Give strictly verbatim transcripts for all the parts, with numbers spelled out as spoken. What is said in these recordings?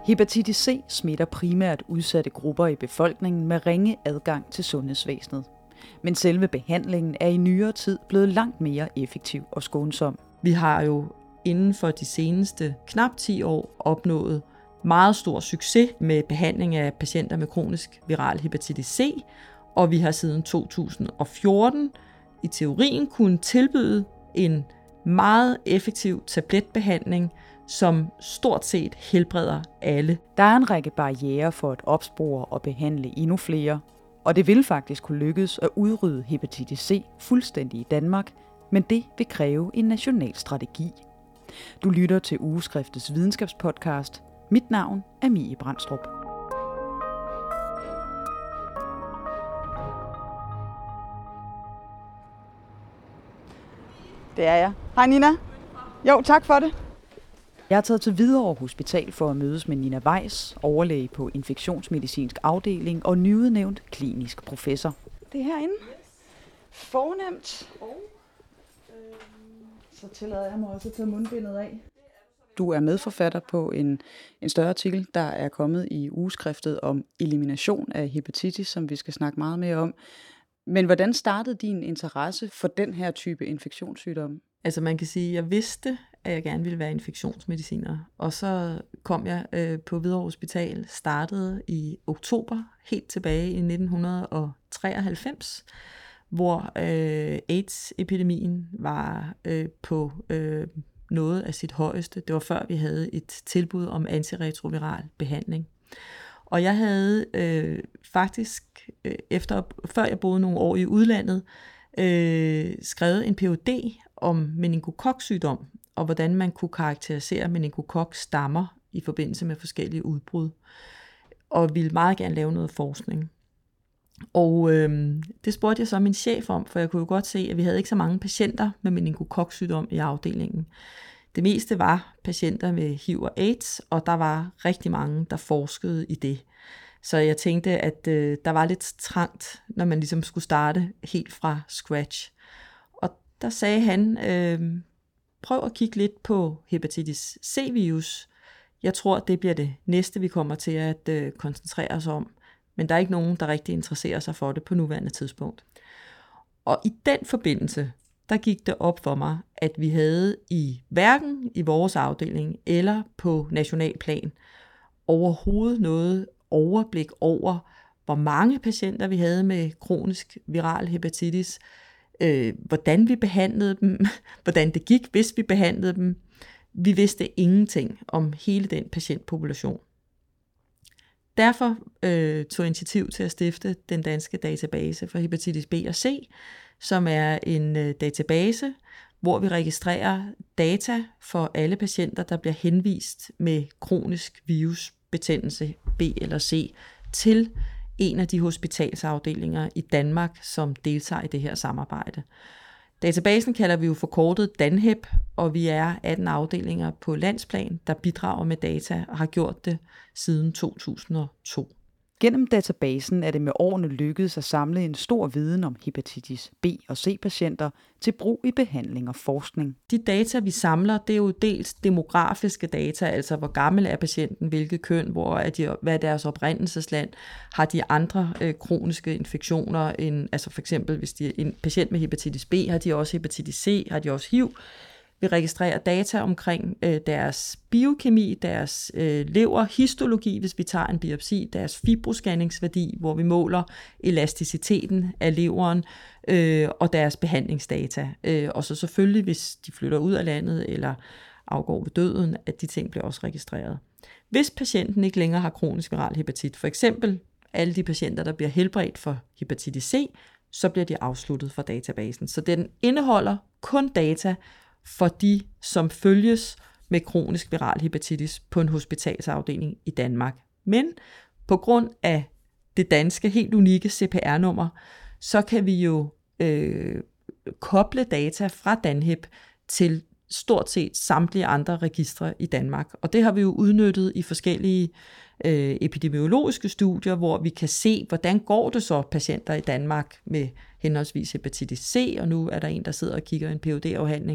Hepatitis C smitter primært udsatte grupper i befolkningen med ringe adgang til sundhedsvæsenet. Men selve behandlingen er i nyere tid blevet langt mere effektiv og skånsom. Vi har jo inden for de seneste knap ti år opnået meget stor succes med behandling af patienter med kronisk viral hepatitis C, og vi har siden to tusind og fjorten i teorien kunnet tilbyde en meget effektiv tabletbehandling, som stort set helbreder alle. Der er en række barrierer for at opspore og behandle endnu flere, og det vil faktisk kunne lykkes at udrydde hepatitis C fuldstændig i Danmark, men det vil kræve en national strategi. Du lytter til Ugeskriftets videnskabspodcast. Mit navn er Mie Brandstrup. Det er jeg. Hej Nina. Jo, tak for det. Jeg er taget til Hvidovre Hospital for at mødes med Nina Weiss, overlæge på infektionsmedicinsk afdeling og nyudnævnt klinisk professor. Det er herinde. Fornemt. Så tillader jeg mig også at tage mundbindet af. Du er medforfatter på en, en større artikel, der er kommet i Ugeskriftet om elimination af hepatitis, som vi skal snakke meget mere om. Men hvordan startede din interesse for den her type infektionssygdomme? Altså man kan sige, at jeg vidste, at jeg gerne ville være infektionsmediciner. Og så kom jeg øh, på Hvidovre Hospital, startede i oktober, helt tilbage i nitten treoghalvfems, hvor øh, AIDS-epidemien var øh, på øh, noget af sit højeste. Det var før vi havde et tilbud om antiretroviral behandling. Og jeg havde øh, faktisk, øh, efter, før jeg boede nogle år i udlandet, øh, skrevet en P H D om meningokoksygdom, og hvordan man kunne karakterisere meningokokstammer i forbindelse med forskellige udbrud. Og ville meget gerne lave noget forskning. Og øh, det spurgte jeg så min chef om, for jeg kunne jo godt se, at vi havde ikke så mange patienter med meningokoksygdom i afdelingen. Det meste var patienter med H I V og AIDS, og der var rigtig mange, der forskede i det. Så jeg tænkte, at øh, der var lidt trangt, når man ligesom skulle starte helt fra scratch. Og der sagde han, øh, prøv at kigge lidt på hepatitis C-virus. Jeg tror, det bliver det næste, vi kommer til at øh, koncentrere os om. Men der er ikke nogen, der rigtig interesserer sig for det på nuværende tidspunkt. Og i den forbindelse, der gik det op for mig, at vi havde i hverken i vores afdeling eller på nationalplan overhovedet noget overblik over, hvor mange patienter vi havde med kronisk viral hepatitis, øh, hvordan vi behandlede dem, hvordan det gik, hvis vi behandlede dem. Vi vidste ingenting om hele den patientpopulation. Derfor øh, tog jeg initiativ til at stifte den danske database for hepatitis B og C, som er en øh, database, hvor vi registrerer data for alle patienter, der bliver henvist med kronisk virusbetændelse B eller C til en af de hospitalsafdelinger i Danmark, som deltager i det her samarbejde. Databasen kalder vi jo forkortet DANHEP, og vi er atten afdelinger på landsplan, der bidrager med data og har gjort det siden to tusind og to. Gennem databasen er det med årene lykkedes at samle en stor viden om hepatitis B og C-patienter til brug i behandling og forskning. De data, vi samler, det er jo dels demografiske data, altså hvor gammel er patienten, hvilket køn, hvor er de, hvad er deres oprindelsesland, har de andre øh, kroniske infektioner, end, altså for eksempel hvis de er en patient med hepatitis B, har de også hepatitis C, har de også H I V. Vi registrerer data omkring øh, deres biokemi, deres øh, leverhistologi, hvis vi tager en biopsi, deres fibroscanningsværdi, hvor vi måler elasticiteten af leveren, øh, og deres behandlingsdata. Øh, og så selvfølgelig, hvis de flytter ud af landet eller afgår ved døden, at de ting bliver også registreret. Hvis patienten ikke længere har kronisk viral hepatit, for eksempel alle de patienter, der bliver helbredt for hepatitis C, så bliver de afsluttet fra databasen. Så den indeholder kun data for de, som følges med kronisk viral hepatitis på en hospitalsafdeling i Danmark. Men på grund af det danske helt unikke C P R-nummer, så kan vi jo øh, koble data fra DANHEP til stort set samtlige andre registre i Danmark. Og det har vi jo udnyttet i forskellige øh, epidemiologiske studier, hvor vi kan se, hvordan går det så patienter i Danmark med henholdsvis hepatitis C, og nu er der en, der sidder og kigger en P H D-afhandling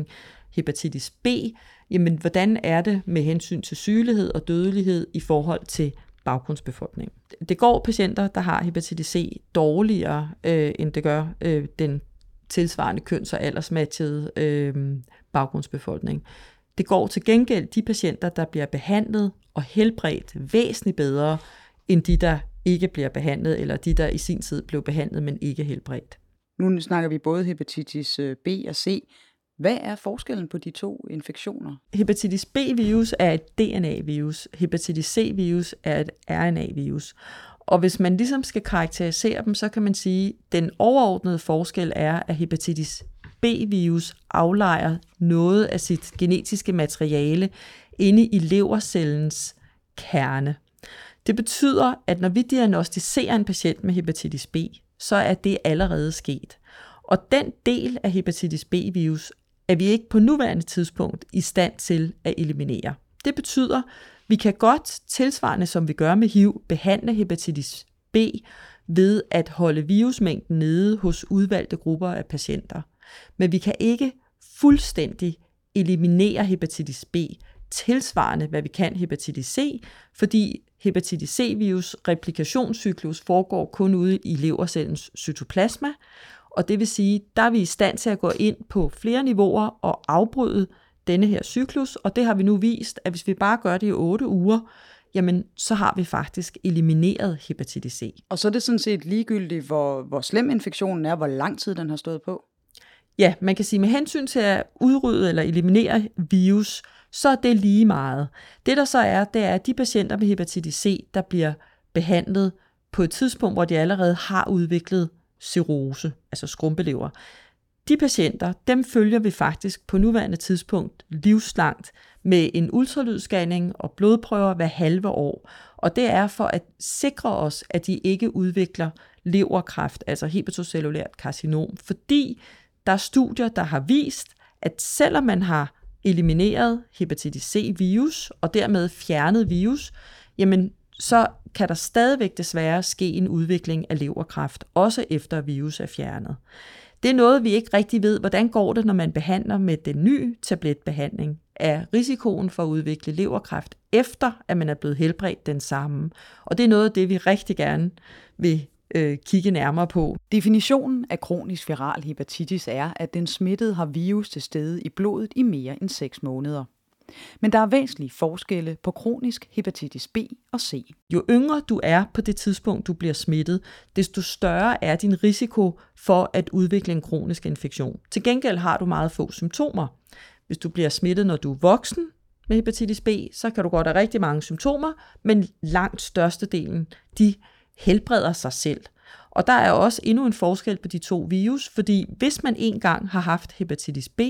hepatitis B, jamen hvordan er det med hensyn til sygelighed og dødelighed i forhold til baggrundsbefolkningen. Det går patienter, der har hepatitis C, dårligere, øh, end det gør øh, den tilsvarende køns- og aldersmatchede øh, baggrundsbefolkning. Det går til gengæld de patienter, der bliver behandlet og helbredt væsentligt bedre, end de, der ikke bliver behandlet, eller de, der i sin tid blev behandlet, men ikke helbredt. Nu snakker vi både hepatitis B og C. Hvad er forskellen på de to infektioner? Hepatitis B-virus er et D N A-virus. Hepatitis C-virus er et R N A-virus. Og hvis man ligesom skal karakterisere dem, så kan man sige, at den overordnede forskel er, at hepatitis B-virus aflejrer noget af sit genetiske materiale inde i levercellens kerne. Det betyder, at når vi diagnostiserer en patient med hepatitis B, så er det allerede sket. Og den del af hepatitis B-virus er vi ikke på nuværende tidspunkt i stand til at eliminere. Det betyder, at vi kan godt, tilsvarende som vi gør med H I V, behandle hepatitis B ved at holde virusmængden nede hos udvalgte grupper af patienter. Men vi kan ikke fuldstændig eliminere hepatitis B, tilsvarende hvad vi kan hepatitis C, fordi hepatitis C-virus replikationscyklus foregår kun ude i levercellens cytoplasma, og det vil sige, der er vi i stand til at gå ind på flere niveauer og afbryde denne her cyklus, og det har vi nu vist, at hvis vi bare gør det i otte uger, jamen så har vi faktisk elimineret hepatitis C. Og så er det sådan set ligegyldigt, hvor, hvor slem infektionen er, hvor lang tid den har stået på? Ja, man kan sige, med hensyn til at udrydde eller eliminere virus, så er det lige meget. Det der så er, det er, at de patienter med hepatitis C, der bliver behandlet på et tidspunkt, hvor de allerede har udviklet cirrhose, altså skrumpelever. De patienter, dem følger vi faktisk på nuværende tidspunkt livslangt med en ultralydsscanning og blodprøver hver halve år. Og det er for at sikre os, at de ikke udvikler leverkræft, altså hepatocellulært karcinom, fordi der er studier, der har vist, at selvom man har elimineret hepatitis C-virus og dermed fjernet virus, jamen så kan der stadigvæk desværre ske en udvikling af leverkræft, også efter virus er fjernet. Det er noget, vi ikke rigtig ved, hvordan går det, når man behandler med den nye tabletbehandling. Er risikoen for at udvikle leverkræft efter, at man er blevet helbredt, den samme? Og det er noget af det, vi rigtig gerne vil øh, kigge nærmere på. Definitionen af kronisk viral hepatitis er, at den smittede har virus til stede i blodet i mere end seks måneder. Men der er væsentlige forskelle på kronisk hepatitis B og C. Jo yngre du er på det tidspunkt, du bliver smittet, desto større er din risiko for at udvikle en kronisk infektion. Til gengæld har du meget få symptomer. Hvis du bliver smittet, når du er voksen med hepatitis B, så kan du godt have rigtig mange symptomer, men langt størstedelen, de helbreder sig selv. Og der er også endnu en forskel på de to virus, fordi hvis man engang har haft hepatitis B,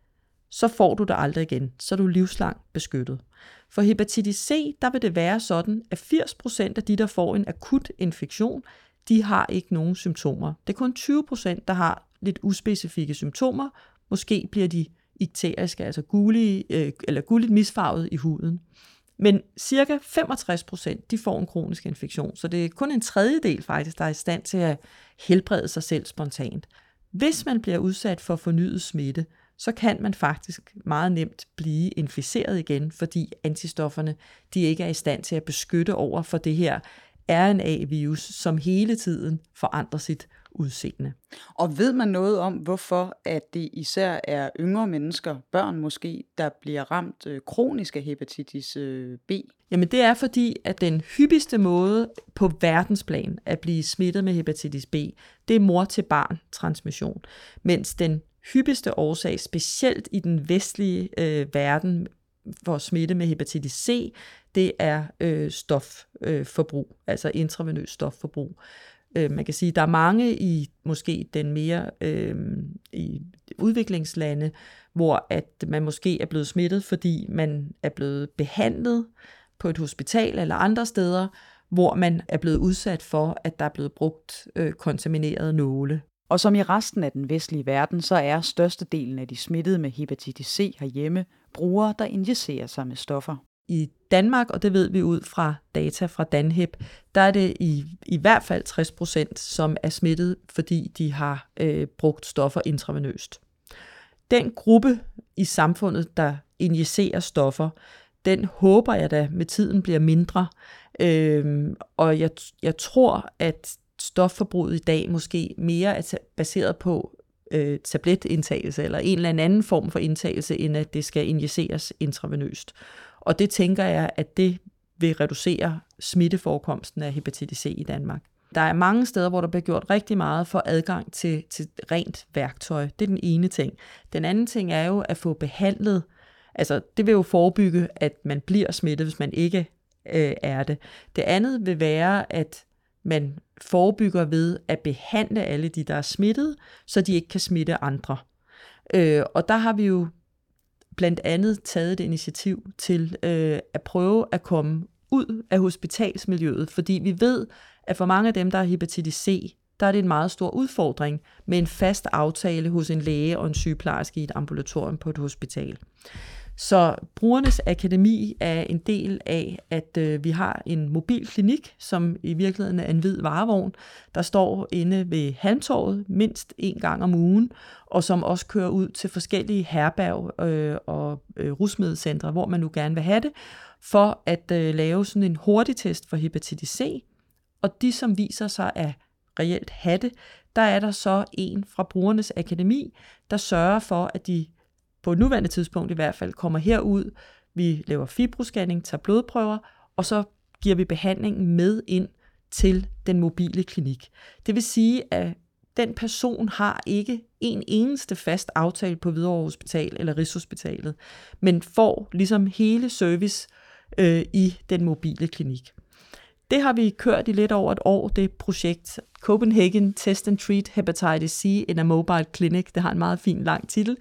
så får du det aldrig igen, så er du livslangt beskyttet. For hepatitis C, der vil det være sådan, at firs procent af de, der får en akut infektion, de har ikke nogen symptomer. Det er kun tyve procent, der har lidt uspecifikke symptomer. Måske bliver de ikteriske, altså gule, øh, eller gulligt misfarvet i huden. Men cirka femogtres procent, de får en kronisk infektion, så det er kun en tredjedel faktisk, der er i stand til at helbrede sig selv spontant. Hvis man bliver udsat for fornyet smitte, så kan man faktisk meget nemt blive inficeret igen, fordi antistofferne de ikke er i stand til at beskytte over for det her R N A-virus, som hele tiden forandrer sit udseende. Og ved man noget om, hvorfor at det især er yngre mennesker, børn måske, der bliver ramt øh, kronisk af hepatitis øh, B? Jamen det er fordi, at den hyppigste måde på verdensplan at blive smittet med hepatitis B, det er mor-til-barn-transmission, mens den hyppigste årsag, specielt i den vestlige øh, verden for smitte med hepatitis C, det er øh, stofforbrug, øh, altså intravenøs stofforbrug. Øh, man kan sige, at der er mange i måske den mere øh, i udviklingslande, hvor at man måske er blevet smittet, fordi man er blevet behandlet på et hospital eller andre steder, hvor man er blevet udsat for, at der er blevet brugt øh, kontaminerede nåle. Og som i resten af den vestlige verden, så er størstedelen af de smittede med hepatitis C herhjemme brugere, der injicerer sig med stoffer. I Danmark, og det ved vi ud fra data fra Danhep, der er det i, i hvert fald tres procent, som er smittet, fordi de har øh, brugt stoffer intravenøst. Den gruppe i samfundet, der injicerer stoffer, den håber jeg da med tiden bliver mindre. Øhm, og jeg, jeg tror, at stofforbruget i dag måske mere er baseret på øh, tabletindtagelse eller en eller anden form for indtagelse, end at det skal injiceres intravenøst. Og det tænker jeg, at det vil reducere smitteforekomsten af hepatitis C i Danmark. Der er mange steder, hvor der bliver gjort rigtig meget for adgang til, til rent værktøj. Det er den ene ting. Den anden ting er jo at få behandlet, altså det vil jo forebygge, at man bliver smittet, hvis man ikke øh, er det. Det andet vil være, at man forebygger ved at behandle alle de, der er smittet, så de ikke kan smitte andre. Øh, og der har vi jo blandt andet taget et initiativ til øh, at prøve at komme ud af hospitalsmiljøet, fordi vi ved, at for mange af dem, der har hepatitis C, der er det en meget stor udfordring med en fast aftale hos en læge og en sygeplejerske i et ambulatorium på et hospital. Så Brugernes Akademi er en del af, at øh, vi har en mobil klinik, som i virkeligheden er en hvid varevogn, der står inde ved Halmtorvet mindst en gang om ugen, og som også kører ud til forskellige herberg øh, og øh, rusmiddelcentre, hvor man nu gerne vil have det, for at øh, lave sådan en hurtigtest for hepatitis C. Og de, som viser sig at reelt have det, der er der så en fra Brugernes Akademi, der sørger for, at de på nuværende tidspunkt i hvert fald kommer herud. Vi laver fibroscanning, tager blodprøver, og så giver vi behandlingen med ind til den mobile klinik. Det vil sige, at den person har ikke en eneste fast aftale på Hvidovre Hospital eller Rigshospitalet, men får ligesom hele service øh, i den mobile klinik. Det har vi kørt i lidt over et år, det projekt Copenhagen Test and Treat Hepatitis C in a Mobile Clinic. Det har en meget fin lang titel.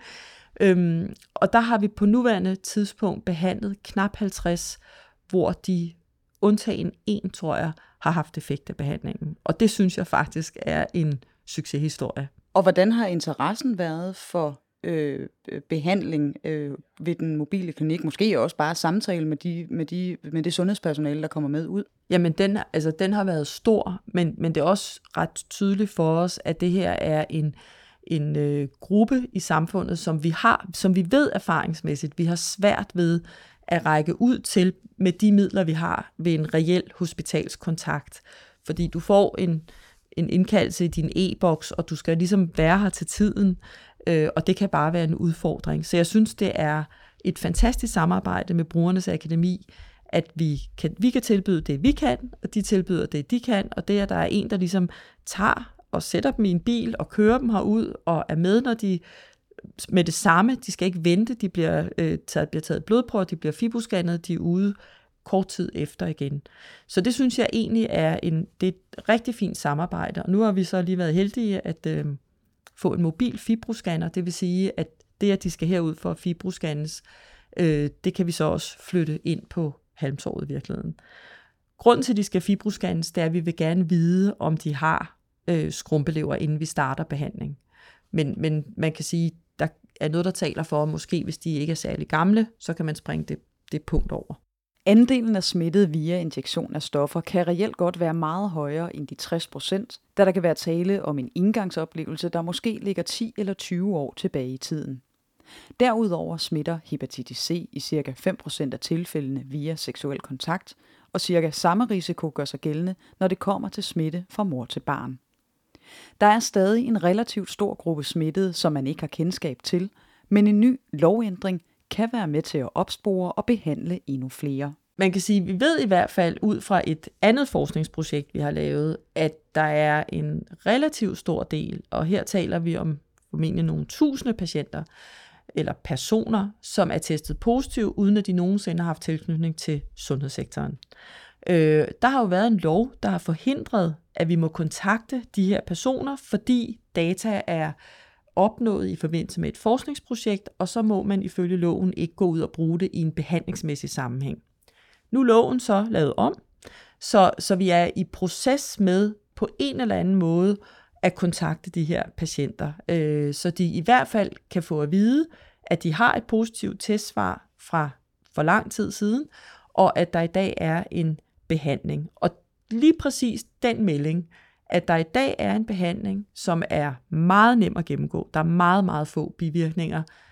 Øhm, og der har vi på nuværende tidspunkt behandlet knap halvtreds, hvor de undtagen en, tror jeg, har haft effekt af behandlingen. Og det synes jeg faktisk er en succeshistorie. Og hvordan har interessen været for øh, behandling øh, ved den mobile klinik? Måske også bare samtale med, de, med, de, med det sundhedspersonale, der kommer med ud? Jamen, den, altså, den har været stor, men, men det er også ret tydeligt for os, at det her er en en øh, gruppe i samfundet, som vi har, som vi ved erfaringsmæssigt, vi har svært ved at række ud til med de midler, vi har ved en reel hospitalskontakt. Fordi du får en, en indkaldelse i din e-boks, og du skal ligesom være her til tiden, øh, og det kan bare være en udfordring. Så jeg synes, det er et fantastisk samarbejde med Brugernes Akademi, at vi kan, vi kan tilbyde det, vi kan, og de tilbyder det, de kan, og det, at der er en, der ligesom tager og sætter dem i en bil og kører dem herud og er med, når de med det samme, de skal ikke vente, de bliver, øh, taget, bliver taget blodprøver, de bliver fibroscannet, de er ude kort tid efter igen. Så det synes jeg egentlig er, en, det er et rigtig fint samarbejde, og nu har vi så lige været heldige at øh, få en mobil fibroscanner, det vil sige, at det, at de skal herud for at fibroscannes, øh, det kan vi så også flytte ind på Halmtorvet i virkeligheden. Grunden til, at de skal fibroscannes, det er, at vi vil gerne vide, om de har øh, skrumpelever, inden vi starter behandling. Men, men man kan sige, der er noget, der taler for, at måske hvis de ikke er særlig gamle, så kan man springe det, det punkt over. Andelen af smittet via injektion af stoffer kan reelt godt være meget højere end de tres procent, da der kan være tale om en engangsoplevelse, der måske ligger ti eller tyve år tilbage i tiden. Derudover smitter hepatitis C i ca. fem procent af tilfældene via seksuel kontakt, og cirka samme risiko gør sig gældende, når det kommer til smitte fra mor til barn. Der er stadig en relativt stor gruppe smittede, som man ikke har kendskab til, men en ny lovændring kan være med til at opspore og behandle endnu flere. Man kan sige, at vi ved i hvert fald ud fra et andet forskningsprojekt, vi har lavet, at der er en relativt stor del, og her taler vi om formentlig nogle tusinde patienter, eller personer, som er testet positiv, uden at de nogensinde har haft tilknytning til sundhedssektoren. Øh, der har jo været en lov, der har forhindret, at vi må kontakte de her personer, fordi data er opnået i forbindelse med et forskningsprojekt, og så må man ifølge loven ikke gå ud og bruge det i en behandlingsmæssig sammenhæng. Nu er loven så lavet om, så, så vi er i proces med på en eller anden måde at kontakte de her patienter, øh, så de i hvert fald kan få at vide, at de har et positivt testsvar fra for lang tid siden, og at der i dag er en behandling. Og lige præcis den melding, at der i dag er en behandling, som er meget nem at gennemgå. Der er meget, meget få bivirkninger.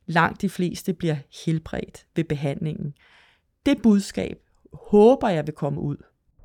langt de fleste bliver helbredt ved behandlingen. Det budskab håber jeg vil komme ud.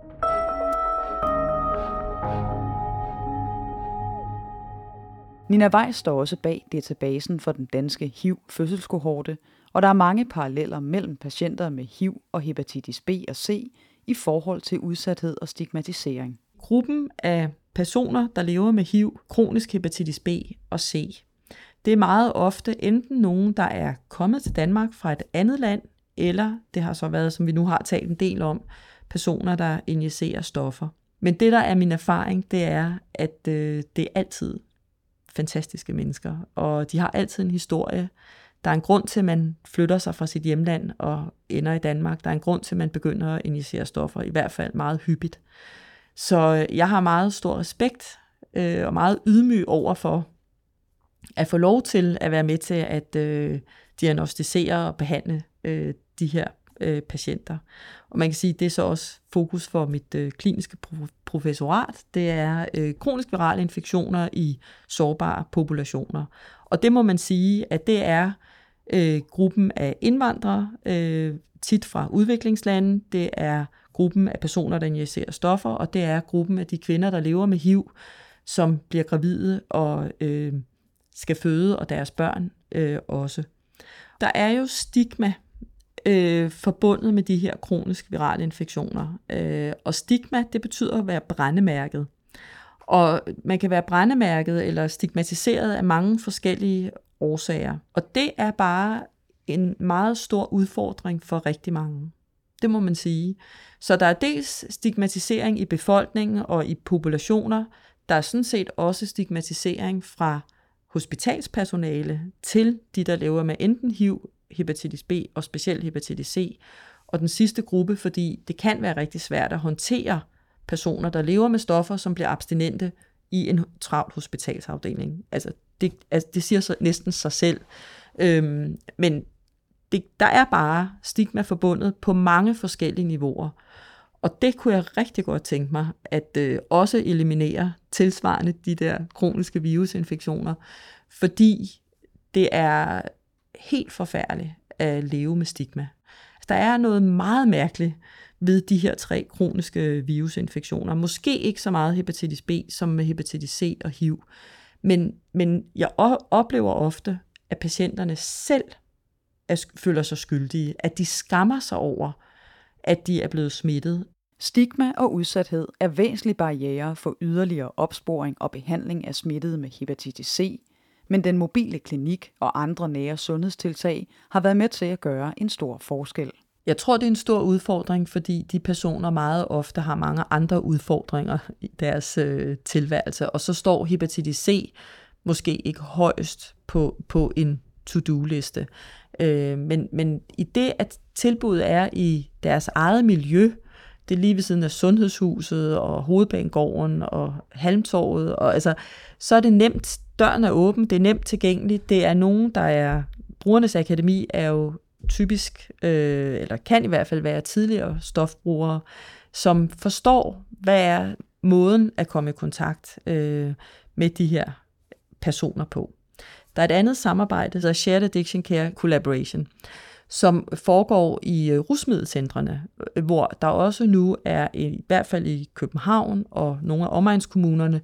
Nina Weiss står også bag databasen for den danske H I V-fødselskohorte, og der er mange paralleller mellem patienter med H I V og hepatitis B og C i forhold til udsathed og stigmatisering. Gruppen af personer, der lever med H I V, kronisk hepatitis B og C, det er meget ofte enten nogen, der er kommet til Danmark fra et andet land, eller det har så været, som vi nu har talt en del om, personer, der injicerer stoffer. Men det, der er min erfaring, det er, at øh, det er altid fantastiske mennesker, og de har altid en historie. Der er en grund til, at man flytter sig fra sit hjemland og ender i Danmark. Der er en grund til, at man begynder at injicere stoffer, i hvert fald meget hyppigt. Så jeg har meget stor respekt øh, og meget ydmyg over for at få lov til at være med til at øh, diagnostisere og behandle øh, de her øh, patienter. Og man kan sige, at det er så også fokus for mit øh, kliniske professorat. Det er øh, kronisk virale infektioner i sårbare populationer. Og det må man sige, at det er øh, gruppen af indvandrere, øh, tit fra udviklingslande. Det er gruppen af personer, der injicerer stoffer, og det er gruppen af de kvinder, der lever med H I V, som bliver gravide og øh, skal føde, og deres børn øh, også. Der er jo stigma øh, forbundet med de her kronisk virale infektioner. Øh, og stigma, det betyder at være brændemærket. Og man kan være brændemærket eller stigmatiseret af mange forskellige årsager. Og det er bare en meget stor udfordring for rigtig mange. Det må man sige. Så der er dels stigmatisering i befolkningen og i populationer. Der er sådan set også stigmatisering fra hospitalspersonale til de, der lever med enten H I V, hepatitis B og specielt hepatitis C. Og den sidste gruppe, fordi det kan være rigtig svært at håndtere personer, der lever med stoffer, som bliver abstinente i en travl hospitalsafdeling. Altså det, altså det siger så næsten sig selv. Øhm, men det, der er bare stigma forbundet på mange forskellige niveauer. Og det kunne jeg rigtig godt tænke mig, at øh, også eliminere tilsvarende de der kroniske virusinfektioner, fordi det er helt forfærdeligt at leve med stigma. Altså, der er noget meget mærkeligt ved de her tre kroniske virusinfektioner. Måske ikke så meget hepatitis B som med hepatitis C og H I V. Men, men jeg oplever ofte, at patienterne selv er, føler sig skyldige, at de skammer sig over, at de er blevet smittet. Stigma og udsathed er væsentlige barrierer for yderligere opsporing og behandling af smittede med hepatitis C, men den mobile klinik og andre nære sundhedstiltag har været med til at gøre en stor forskel. Jeg tror, det er en stor udfordring, fordi de personer meget ofte har mange andre udfordringer i deres øh, tilværelse, og så står hepatitis C måske ikke højst på, på en to-do-liste. Øh, men, men i det, at tilbuddet er i deres eget miljø, det er lige ved siden af Sundhedshuset og Hovedbanegården og Halmtorvet, og altså, så er det nemt, døren er åben, det er nemt tilgængeligt, det er nogen, der er, Brugernes Akademi er jo typisk, øh, eller kan i hvert fald være tidligere stofbrugere, som forstår, hvad er måden at komme i kontakt øh, med de her personer på. Der er et andet samarbejde, der hedder Shared Addiction Care Collaboration, som foregår i øh, rusmiddelcentrene, hvor der også nu er, i hvert fald i København og nogle af omegnskommunerne,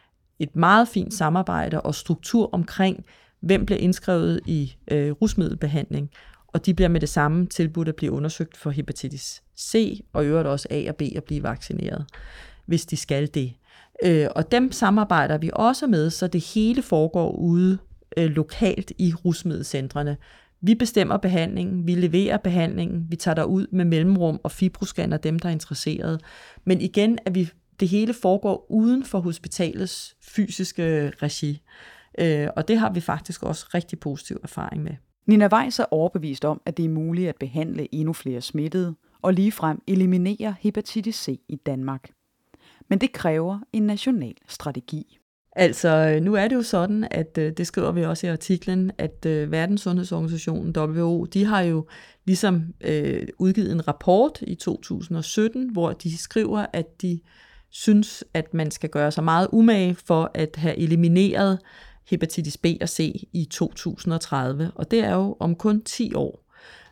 et meget fint samarbejde og struktur omkring, hvem bliver indskrevet i øh, rusmiddelbehandling, og de bliver med det samme tilbud at blive undersøgt for hepatitis C, og i øvrigt også A og B at blive vaccineret, hvis de skal det. Øh, og dem samarbejder vi også med, så det hele foregår ude øh, lokalt i rusmiddelcentrene. Vi bestemmer behandlingen, vi leverer behandlingen, vi tager derud med mellemrum og fibroscanner dem, der er interesserede. Men igen, at vi, det hele foregår uden for hospitalets fysiske regi. Øh, og det har vi faktisk også rigtig positiv erfaring med. Nina Weiss er overbevist om, at det er muligt at behandle endnu flere smittede og ligefrem eliminere hepatitis C i Danmark. Men det kræver en national strategi. Altså, nu er det jo sådan, at øh, det skriver vi også i artiklen, at øh, Verdenssundhedsorganisationen W H O, de har jo ligesom øh, udgivet en rapport i to tusind og sytten, hvor de skriver, at de synes, at man skal gøre sig meget umage for at have elimineret hepatitis B og C i to tusind og tredive, og det er jo om kun ti år.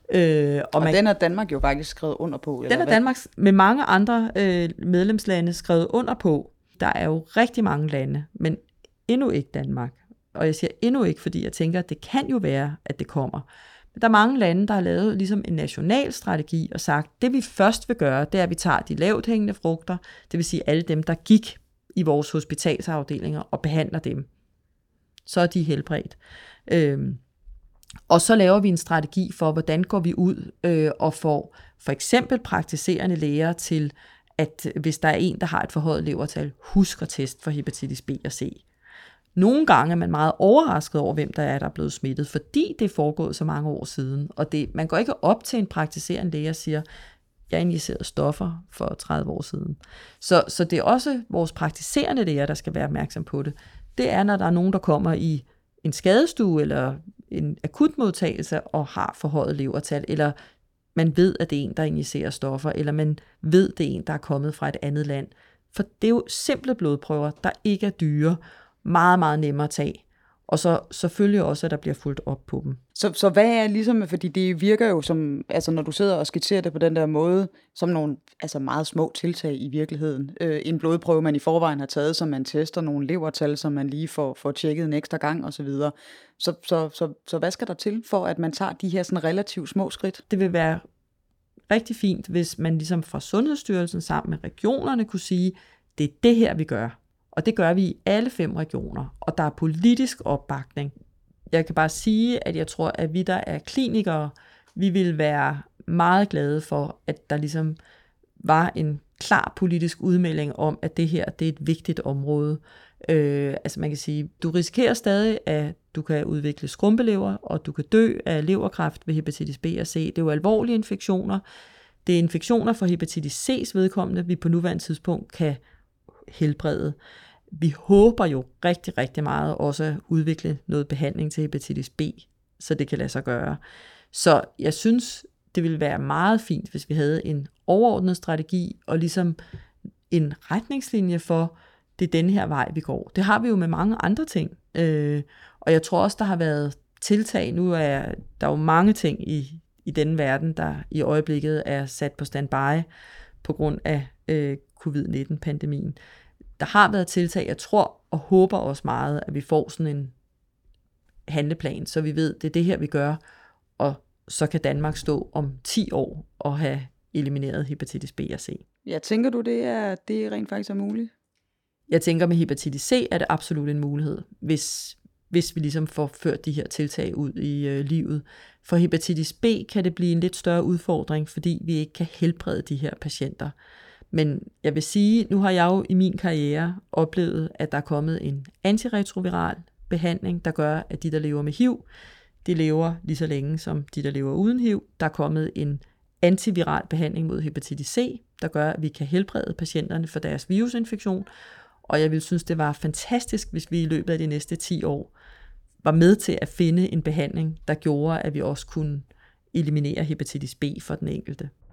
Øh, og, og man, den er Danmark jo faktisk skrevet under på. Den er Danmark med mange andre øh, medlemslande skrevet under på. Der er jo rigtig mange lande, men endnu ikke Danmark. Og jeg siger endnu ikke, fordi jeg tænker, at det kan jo være, at det kommer. Men der er mange lande, der har lavet ligesom en national strategi og sagt, det vi først vil gøre, det er, at vi tager de lavt hængende frugter, det vil sige alle dem, der gik i vores hospitalsafdelinger og behandler dem. Så er de helbredt. Øhm, og så laver vi en strategi for, hvordan går vi ud øh, og får for eksempel praktiserende læger til, at hvis der er en, der har et forhøjet levertal, husk at teste for hepatitis B og C. Nogle gange er man meget overrasket over, hvem der er, der er blevet smittet, fordi det er foregået så mange år siden. Og det, man går ikke op til en praktiserende læge og siger, jeg injicerede stoffer for tredive år siden. Så, så det er også vores praktiserende læger, der skal være opmærksom på det. Det er, når der er nogen, der kommer i en skadestue eller en akutmodtagelse og har forhøjet levertal, eller man ved, at det er en, der injicerer stoffer, eller man ved, at det er en, der er kommet fra et andet land. For det er jo simple blodprøver, der ikke er dyre, meget, meget nemmere at tage. Og så selvfølgelig også, at der bliver fulgt op på dem. Så, så hvad er ligesom, fordi det virker jo som, altså når du sidder og skitserer det på den der måde, som nogle altså meget små tiltag i virkeligheden. Øh, en blodprøve, man i forvejen har taget, som man tester nogle levertal, som man lige får, får tjekket en ekstra gang osv. Så, så, så, så, så hvad skal der til for, at man tager de her sådan relativt små skridt? Det vil være rigtig fint, hvis man ligesom fra Sundhedsstyrelsen sammen med regionerne kunne sige, det er det her, vi gør. Og det gør vi i alle fem regioner, og der er politisk opbakning. Jeg kan bare sige, at jeg tror, at vi, der er klinikere, vi vil være meget glade for, at der ligesom var en klar politisk udmelding om, at det her, det er et vigtigt område. Øh, altså man kan sige, du risikerer stadig, at du kan udvikle skrumpelever, og du kan dø af leverkræft ved hepatitis B og C. Det er jo alvorlige infektioner. Det er infektioner for hepatitis C's vedkommende, vi på nuværende tidspunkt kan helbrede. Vi håber jo rigtig, rigtig meget også at udvikle noget behandling til hepatitis B, så det kan lade sig gøre. Så jeg synes, det ville være meget fint, hvis vi havde en overordnet strategi og ligesom en retningslinje for, det er den her vej, vi går. Det har vi jo med mange andre ting. Øh, og jeg tror også, der har været tiltag. Nu er der jo mange ting i, i denne verden, der i øjeblikket er sat på standby på grund af øh, covid nitten-pandemien. Der har været tiltag, jeg tror og håber også meget, at vi får sådan en handleplan, så vi ved, det er det her, vi gør, og så kan Danmark stå om ti år og have elimineret hepatitis B og C. Ja, tænker du, det er, det rent faktisk er muligt? Jeg tænker, med hepatitis C er det absolut en mulighed, hvis, hvis vi ligesom får ført de her tiltag ud i øh, livet. For hepatitis B kan det blive en lidt større udfordring, fordi vi ikke kan helbrede de her patienter. Men jeg vil sige, nu har jeg jo i min karriere oplevet, at der er kommet en antiretroviral behandling, der gør, at de, der lever med H I V, de lever lige så længe som de, der lever uden H I V. Der er kommet en antiviral behandling mod hepatitis C, der gør, at vi kan helbrede patienterne for deres virusinfektion. Og jeg vil synes, det var fantastisk, hvis vi i løbet af de næste ti år var med til at finde en behandling, der gjorde, at vi også kunne eliminere hepatitis B for den enkelte.